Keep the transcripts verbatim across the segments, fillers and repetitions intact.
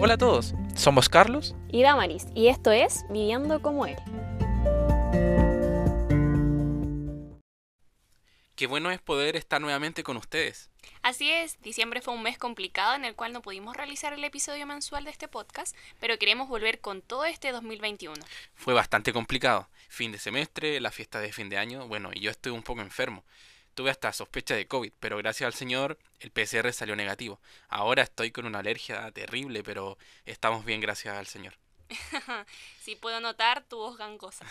Hola a todos, somos Carlos y Damaris, y esto es Viviendo como Él. Qué bueno es poder estar nuevamente con ustedes. Así es, diciembre fue un mes complicado en el cual no pudimos realizar el episodio mensual de este podcast, pero queremos volver con todo este dos mil veintiuno. Fue bastante complicado. Fin de semestre, la fiesta de fin de año, bueno, y yo estoy un poco enfermo. Tuve hasta sospecha de COVID, pero gracias al Señor el P C R salió negativo. Ahora estoy con una alergia terrible, pero estamos bien gracias al Señor. Sí puedo notar tu voz gangosa.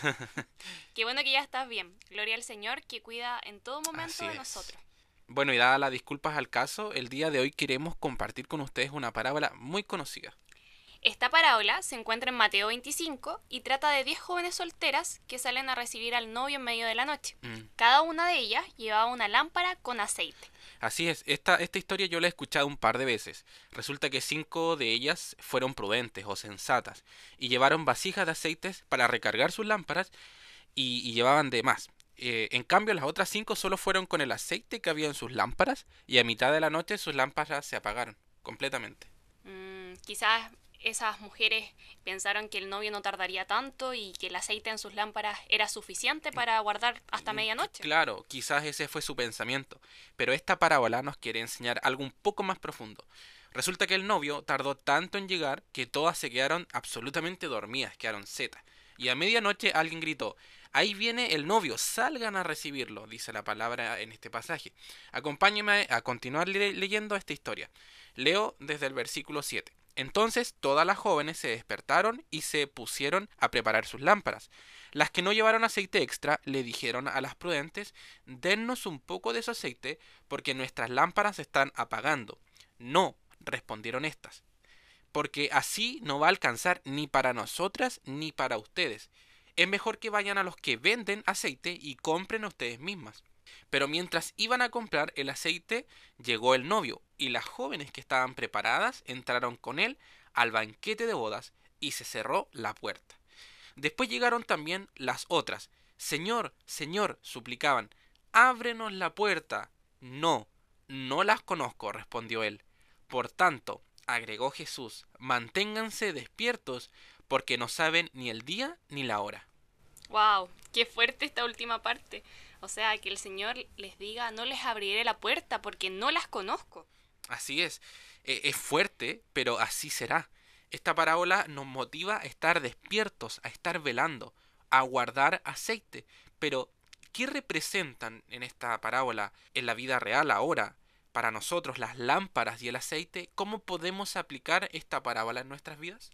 Qué bueno que ya estás bien. Gloria al Señor que cuida en todo momento Así de es. nosotros. Bueno, y dadas las disculpas al caso, el día de hoy queremos compartir con ustedes una parábola muy conocida. Esta parábola se encuentra en Mateo veinticinco y trata de diez jóvenes solteras que salen a recibir al novio en medio de la noche. Mm. Cada una de ellas llevaba una lámpara con aceite. Así es, esta, esta historia yo la he escuchado un par de veces. Resulta que cinco de ellas fueron prudentes o sensatas y llevaron vasijas de aceites para recargar sus lámparas y, y llevaban de más. Eh, en cambio, las otras cinco solo fueron con el aceite que había en sus lámparas y a mitad de la noche sus lámparas se apagaron completamente. Mm, quizás esas mujeres pensaron que el novio no tardaría tanto y que el aceite en sus lámparas era suficiente para guardar hasta medianoche. Claro, quizás ese fue su pensamiento, pero esta parábola nos quiere enseñar algo un poco más profundo. Resulta que el novio tardó tanto en llegar que todas se quedaron absolutamente dormidas, quedaron zetas. Y a medianoche alguien gritó: "Ahí viene el novio, salgan a recibirlo", dice la palabra en este pasaje. Acompáñenme a continuar le- leyendo esta historia. Leo desde el versículo siete. Entonces todas las jóvenes se despertaron y se pusieron a preparar sus lámparas. Las que no llevaron aceite extra le dijeron a las prudentes: "Dennos un poco de su aceite, porque nuestras lámparas se están apagando". "No", respondieron estas, "porque así no va a alcanzar ni para nosotras ni para ustedes. Es mejor que vayan a los que venden aceite y compren a ustedes mismas". Pero mientras iban a comprar el aceite, llegó el novio, y las jóvenes que estaban preparadas entraron con él al banquete de bodas, y se cerró la puerta. Después llegaron también las otras. "Señor, Señor", suplicaban, "ábrenos la puerta". "No, no las conozco", respondió él. "Por tanto", agregó Jesús, "manténganse despiertos, porque no saben ni el día ni la hora". Wow, qué fuerte esta última parte. O sea, que el Señor les diga, no les abriré la puerta porque no las conozco. Así es, e- es fuerte, pero así será. Esta parábola nos motiva a estar despiertos, a estar velando, a guardar aceite. Pero, ¿qué representan en esta parábola, en la vida real ahora, para nosotros las lámparas y el aceite? ¿Cómo podemos aplicar esta parábola en nuestras vidas?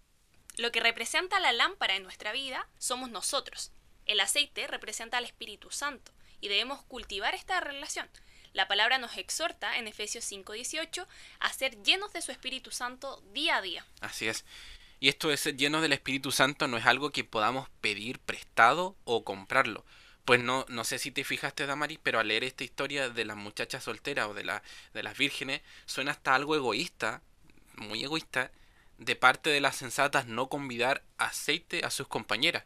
Lo que representa la lámpara en nuestra vida somos nosotros. El aceite representa al Espíritu Santo y debemos cultivar esta relación. La palabra nos exhorta en Efesios cinco dieciocho a ser llenos de su Espíritu Santo día a día. Así es. Y esto de ser llenos del Espíritu Santo no es algo que podamos pedir prestado o comprarlo. Pues no, no sé si te fijaste, Damaris, pero al leer esta historia de las muchachas solteras o de, la, de las vírgenes, suena hasta algo egoísta, muy egoísta, de parte de las sensatas no convidar aceite a sus compañeras.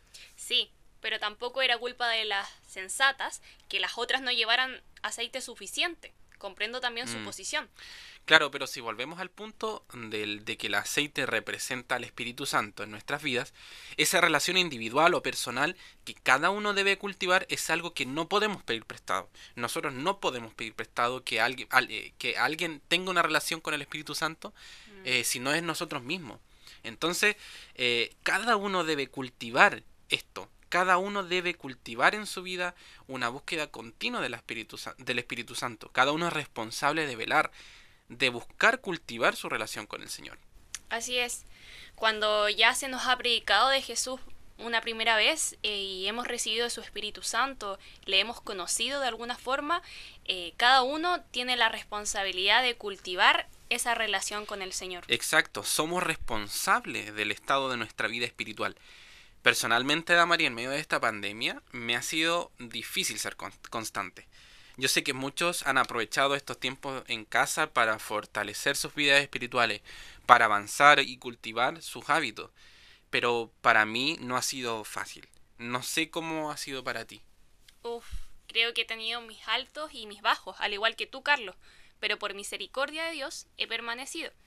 Sí, pero tampoco era culpa de las sensatas que las otras no llevaran aceite suficiente. Comprendo también su Mm. posición. Claro, pero si volvemos al punto del, de que el aceite representa al Espíritu Santo en nuestras vidas, esa relación individual o personal que cada uno debe cultivar es algo que no podemos pedir prestado. Nosotros no podemos pedir prestado que alguien, al- eh, que alguien tenga una relación con el Espíritu Santo eh, si no es nosotros mismos. Entonces, eh, cada uno debe cultivar esto. Cada uno debe cultivar en su vida una búsqueda continua del Espíritu, Sa- del Espíritu Santo. Cada uno es responsable de velar, de buscar cultivar su relación con el Señor. Así es. Cuando ya se nos ha predicado de Jesús una primera vez eh, y hemos recibido su Espíritu Santo, le hemos conocido de alguna forma, eh, cada uno tiene la responsabilidad de cultivar esa relación con el Señor. Exacto, somos responsables del estado de nuestra vida espiritual. Personalmente, Damari, en medio de esta pandemia, me ha sido difícil ser con- constante. Yo sé que muchos han aprovechado estos tiempos en casa para fortalecer sus vidas espirituales, para avanzar y cultivar sus hábitos, pero para mí no ha sido fácil. No sé cómo ha sido para ti. Uf, creo que he tenido mis altos y mis bajos, al igual que tú, Carlos, pero por misericordia de Dios he permanecido.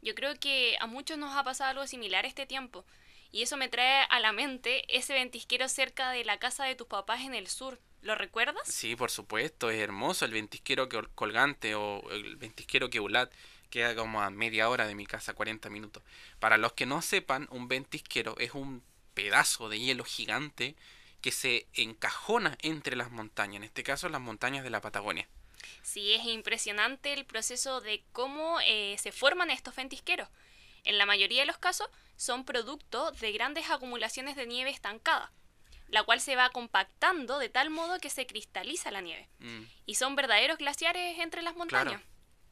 Yo creo que a muchos nos ha pasado algo similar este tiempo. Y eso me trae a la mente ese ventisquero cerca de la casa de tus papás en el sur. ¿Lo recuerdas? Sí, por supuesto, es hermoso el ventisquero que- colgante o el ventisquero Queulat. Queda como a media hora de mi casa, cuarenta minutos. Para los que no sepan, un ventisquero es un pedazo de hielo gigante que se encajona entre las montañas, en este caso las montañas de la Patagonia. Sí, es impresionante el proceso de cómo eh, se forman estos ventisqueros. En la mayoría de los casos son producto de grandes acumulaciones de nieve estancada, la cual se va compactando de tal modo que se cristaliza la nieve. Mm, Y son verdaderos glaciares entre las montañas. claro.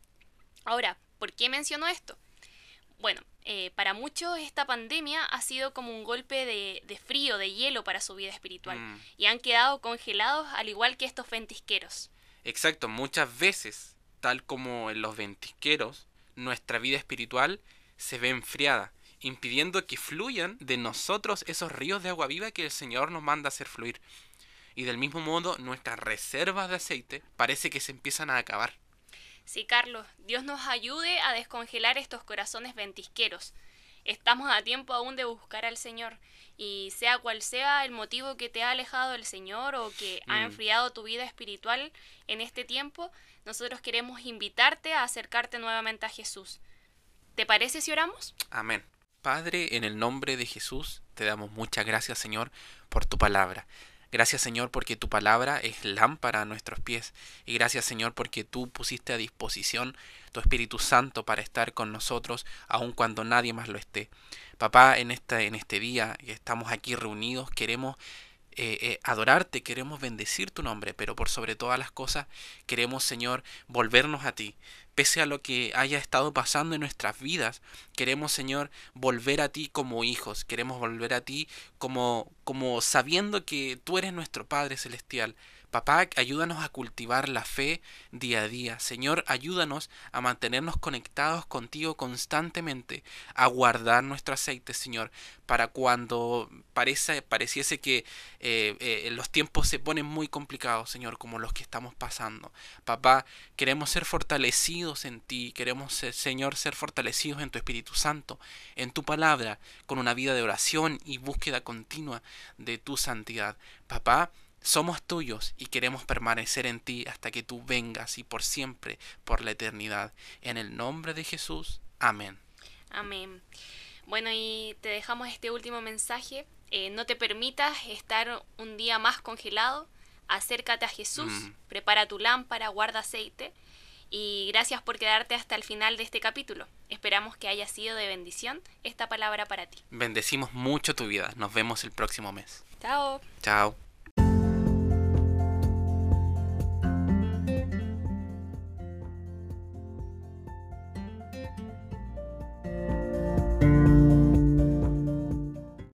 Ahora, ¿por qué menciono esto? Bueno, eh, para muchos esta pandemia ha sido como un golpe de, de frío, de hielo para su vida espiritual. Mm, Y han quedado congelados al igual que estos ventisqueros. exacto, muchas veces, tal como en los ventisqueros, nuestra vida espiritual se ve enfriada, impidiendo que fluyan de nosotros esos ríos de agua viva que el Señor nos manda a hacer fluir. Y del mismo modo, nuestras reservas de aceite parece que se empiezan a acabar. Sí, Carlos, Dios nos ayude a descongelar estos corazones ventisqueros. Estamos a tiempo aún de buscar al Señor. Y sea cual sea el motivo que te ha alejado del Señor o que ha Mm. enfriado tu vida espiritual en este tiempo, nosotros queremos invitarte a acercarte nuevamente a Jesús. ¿Te parece si oramos? Amén. Padre, en el nombre de Jesús, te damos muchas gracias, Señor, por tu palabra. Gracias, Señor, porque tu palabra es lámpara a nuestros pies. Y gracias, Señor, porque tú pusiste a disposición tu Espíritu Santo para estar con nosotros, aun cuando nadie más lo esté. Papá, en este, en este día que estamos aquí reunidos, queremos eh, eh, adorarte, queremos bendecir tu nombre, pero por sobre todas las cosas queremos, Señor, volvernos a ti. Pese a lo que haya estado pasando en nuestras vidas, queremos, Señor, volver a ti como hijos, queremos volver a ti como, como sabiendo que tú eres nuestro Padre Celestial. Papá, ayúdanos a cultivar la fe día a día. Señor, ayúdanos a mantenernos conectados contigo constantemente, a guardar nuestro aceite, Señor, para cuando parece, pareciese que eh, eh, los tiempos se ponen muy complicados, Señor, como los que estamos pasando. Papá, queremos ser fortalecidos en ti, queremos, ser, Señor, ser fortalecidos en tu Espíritu Santo, en tu palabra, con una vida de oración y búsqueda continua de tu santidad. Papá, somos tuyos y queremos permanecer en ti hasta que tú vengas y por siempre, por la eternidad. En el nombre de Jesús. Amén. Amén. Bueno, y te dejamos este último mensaje. Eh, no te permitas estar un día más congelado. Acércate a Jesús, Mm. prepara tu lámpara, guarda aceite. Y gracias por quedarte hasta el final de este capítulo. Esperamos que haya sido de bendición esta palabra para ti. Bendecimos mucho tu vida. Nos vemos el próximo mes. Chao. Chao.